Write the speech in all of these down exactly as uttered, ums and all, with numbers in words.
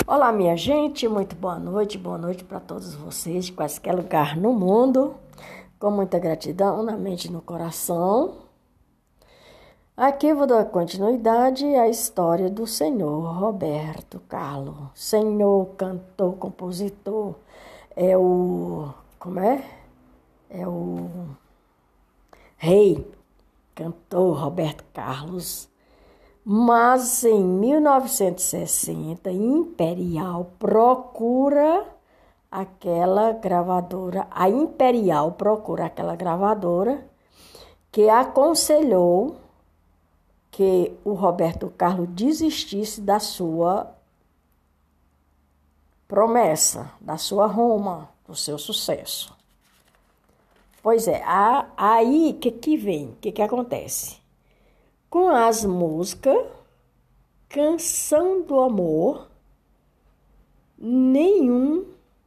Olá, minha gente, muito boa noite, boa noite para todos vocês de qualquer lugar no mundo, com muita gratidão na mente e no coração. Aqui eu vou dar continuidade à história do senhor Roberto Carlos. Senhor, cantor, compositor, é o... como é? É o rei, cantor Roberto Carlos. Mas em mil novecentos e sessenta, Imperial procura aquela gravadora, a Imperial procura aquela gravadora que aconselhou que o Roberto Carlos desistisse da sua promessa, da sua Roma, do seu sucesso. Pois é, aí o que, que vem, o que, que acontece? Com as músicas Canção do Amor, Nenhum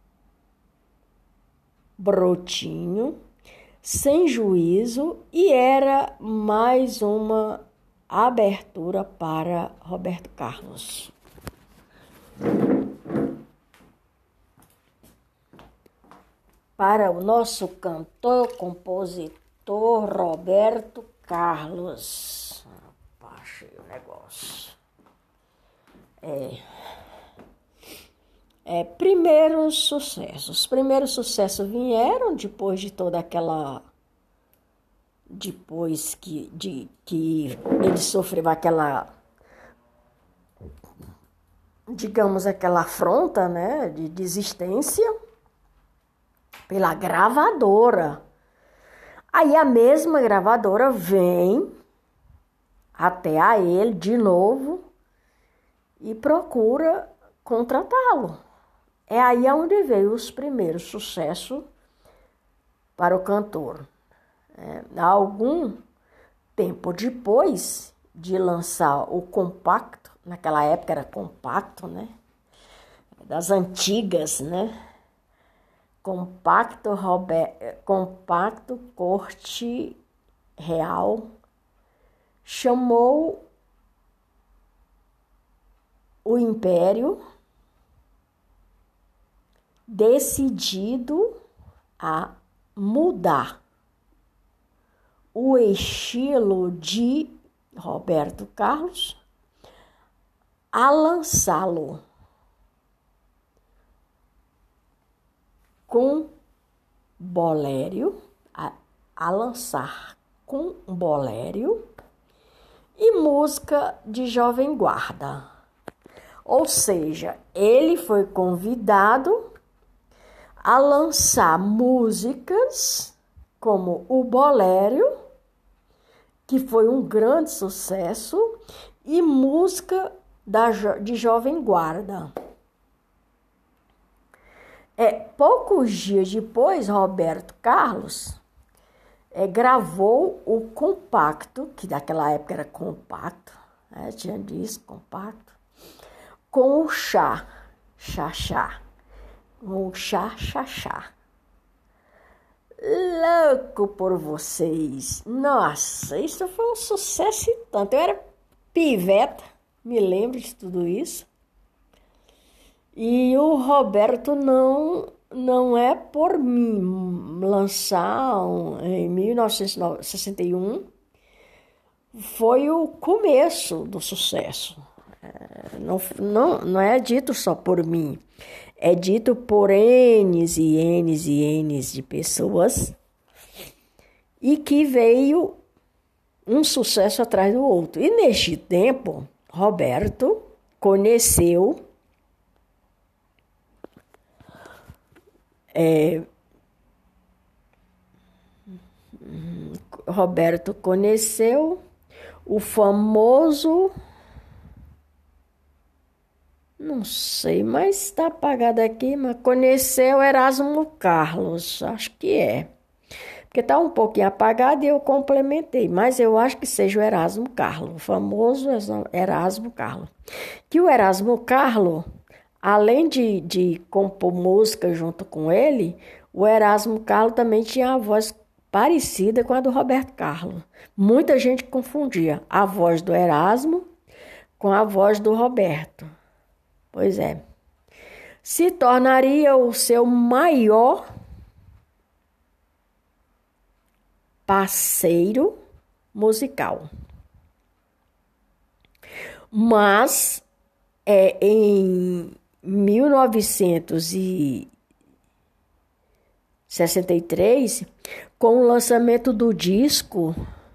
Brotinho, Sem Juízo, e era mais uma abertura para Roberto Carlos. Para o nosso cantor, compositor Roberto Carlos. Achei o negócio. É, é, primeiros sucessos. Os primeiros sucessos vieram depois de toda aquela... Depois que, de, que ele sofreu aquela... Digamos, aquela afronta, né, de desistência pela gravadora. Aí a mesma gravadora vem até a ele de novo e procura contratá-lo. É aí onde veio os primeiros sucessos para o cantor. É, algum tempo depois de lançar o compacto, naquela época era compacto, né? Das antigas, né? Compacto, Robert, compacto Corte Real, chamou o Império, decidido a mudar o estilo de Roberto Carlos, a lançá-lo com bolério, a, a lançar com bolério e música de jovem guarda. Ou seja, ele foi convidado a lançar músicas como o bolério, que foi um grande sucesso, e música da, de jovem guarda. É, poucos dias depois, Roberto Carlos é, gravou o compacto, que naquela época era compacto, né, tinha disco compacto, com o chá, chá, chá, com o chá, chá, chá. Louco por vocês. Nossa, isso foi um sucesso e tanto. Eu era piveta, me lembro de tudo isso. E o Roberto não, não é por mim lançar um, em mil novecentos e sessenta e um, foi o começo do sucesso. É, não, não, não é dito só por mim, é dito por N's e N's e N's de pessoas, e que veio um sucesso atrás do outro. E neste tempo, Roberto conheceu É, Roberto conheceu o famoso, não sei, mas está apagado aqui, mas conheceu Erasmo Carlos, acho que é. Porque está um pouquinho apagado e eu complementei, mas eu acho que seja o Erasmo Carlos, o famoso Erasmo Carlos. Que o Erasmo Carlos, além de, de compor música junto com ele, o Erasmo Carlos também tinha a voz parecida com a do Roberto Carlos. Muita gente confundia a voz do Erasmo com a voz do Roberto. Pois é. se tornaria o seu maior parceiro musical. Mas é, em mil novecentos e sessenta e três, com o lançamento do disco,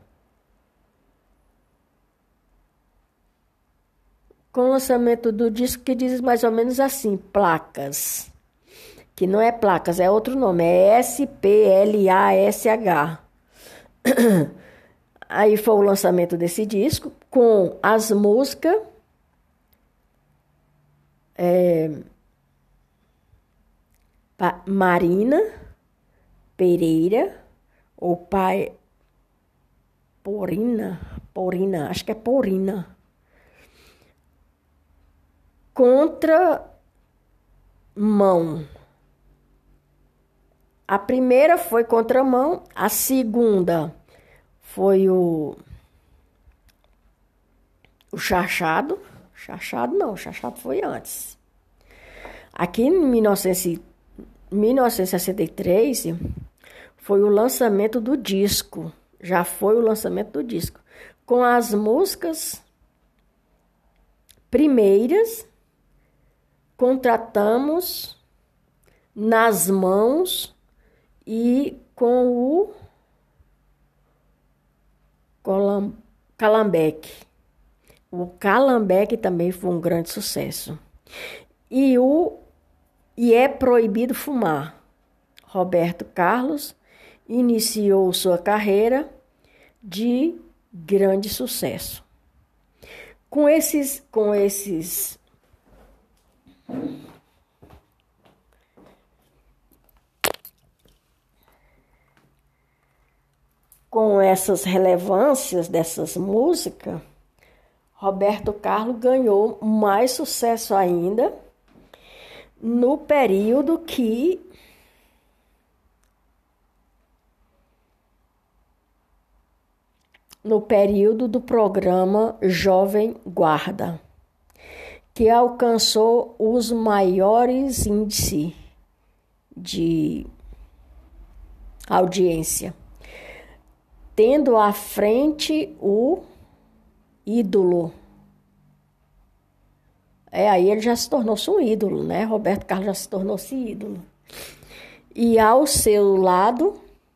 com o lançamento do disco que diz mais ou menos assim, Placas, que não é Placas, é outro nome, é S P L A S H. Aí foi o lançamento desse disco, com as músicas é, Marina Pereira, ou pai Porina, Porina, acho que é Porina, Contra Mão. A primeira foi Contramão, a segunda foi o, o Chachado. Chachado não, Chachado foi antes. Aqui em mil novecentos e sessenta e três foi o lançamento do disco. Já foi o lançamento do disco. Com as músicas primeiras, Contratamos, Nas Mãos e com o Calhambeque. O Calhambeque também foi um grande sucesso. E o E é Proibido Fumar. Roberto Carlos iniciou sua carreira de grande sucesso. Com esses, com esses com essas relevâncias dessas músicas, Roberto Carlos ganhou mais sucesso ainda no período que no período do programa Jovem Guarda, que alcançou os maiores índices de audiência, tendo à frente o Ídolo. É, aí ele já se tornou-se um ídolo, né? Roberto Carlos já se tornou-se ídolo. E ao seu lado,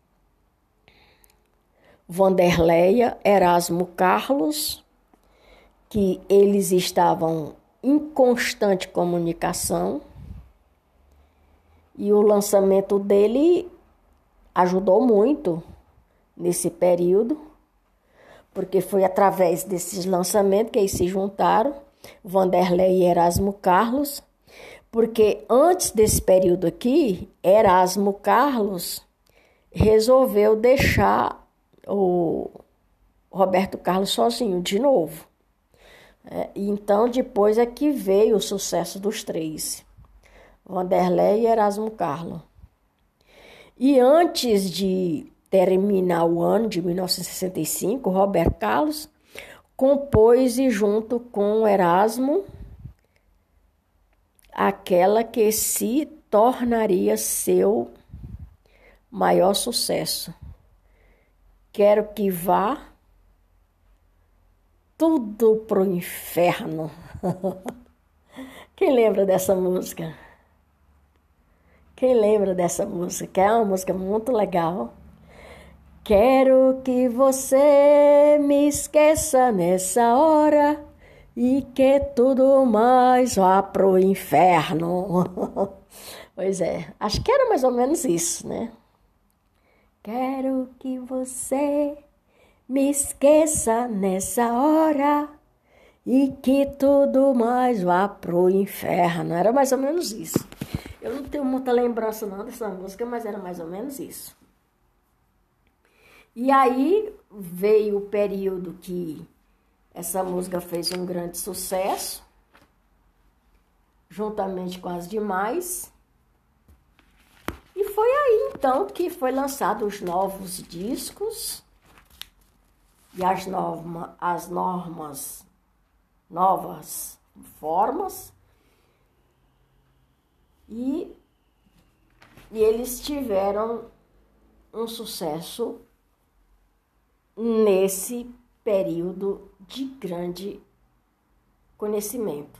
Vanderleia, Erasmo Carlos, que eles estavam em constante comunicação, e o lançamento dele ajudou muito nesse período, porque foi através desses lançamentos que eles se juntaram, Vanderlei e Erasmo Carlos, porque antes desse período aqui, Erasmo Carlos resolveu deixar o Roberto Carlos sozinho de novo. É, então, depois é que veio o sucesso dos três, Vanderlei e Erasmo Carlos. E antes de terminar o ano de mil novecentos e sessenta e cinco, Roberto Carlos compôs, e junto com Erasmo, aquela que se tornaria seu maior sucesso. Quero que vá tudo pro inferno. Quem lembra dessa música? Quem lembra dessa música? Que é uma música muito legal. Quero que você me esqueça nessa hora e que tudo mais vá pro inferno. Pois é, acho que era mais ou menos isso, né? Quero que você me esqueça nessa hora e que tudo mais vá pro inferno. Era mais ou menos isso. Eu não tenho muita lembrança não dessa música, mas era mais ou menos isso. E aí veio o período que essa música fez um grande sucesso, juntamente com as demais. E foi aí, então, que foi lançado os novos discos e as, norma, as normas, novas formas E eles tiveram um sucesso nesse período de grande conhecimento.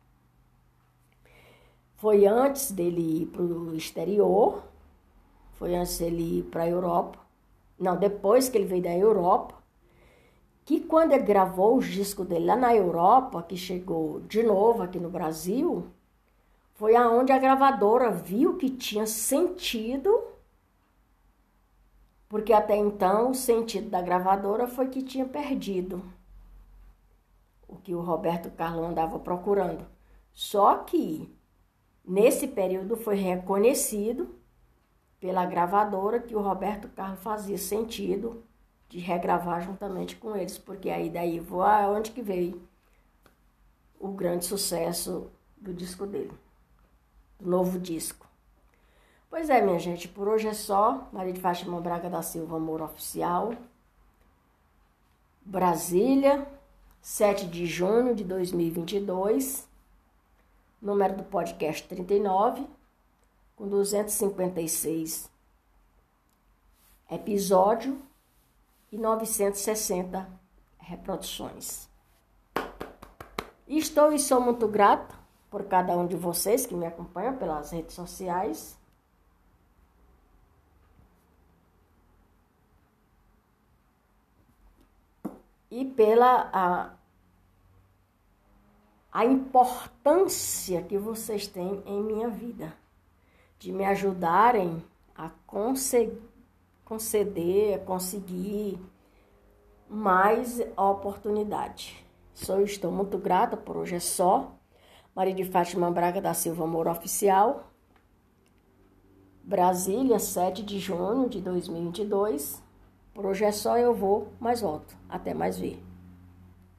Foi antes dele ir para o exterior, foi antes dele ir para a Europa, não, depois que ele veio da Europa, que quando ele gravou os discos dele lá na Europa, que chegou de novo aqui no Brasil, foi aonde a gravadora viu que tinha sentido, porque até então o sentido da gravadora foi que tinha perdido o que o Roberto Carlos andava procurando. Só que nesse período foi reconhecido pela gravadora que o Roberto Carlos fazia sentido de regravar juntamente com eles, porque aí daí voa onde que veio o grande sucesso do disco dele, do novo disco. Pois é, minha gente, por hoje é só. Maria de Fátima Braga da Silva, Amor Oficial, Brasília, sete de junho de dois mil e vinte e dois, número do podcast trinta e nove, com duzentos e cinquenta e seis episódios e novecentas e sessenta reproduções. Estou e sou muito grata por cada um de vocês que me acompanham pelas redes sociais. E pela a, a importância que vocês têm em minha vida, de me ajudarem a conceder, conceder, a conseguir mais oportunidade. Sou, estou muito grata, por hoje é só. Maria de Fátima Braga da Silva, Amor Oficial, Brasília, sete de junho de dois mil e vinte e dois. Por hoje é só, eu vou, mas volto. Até mais ver.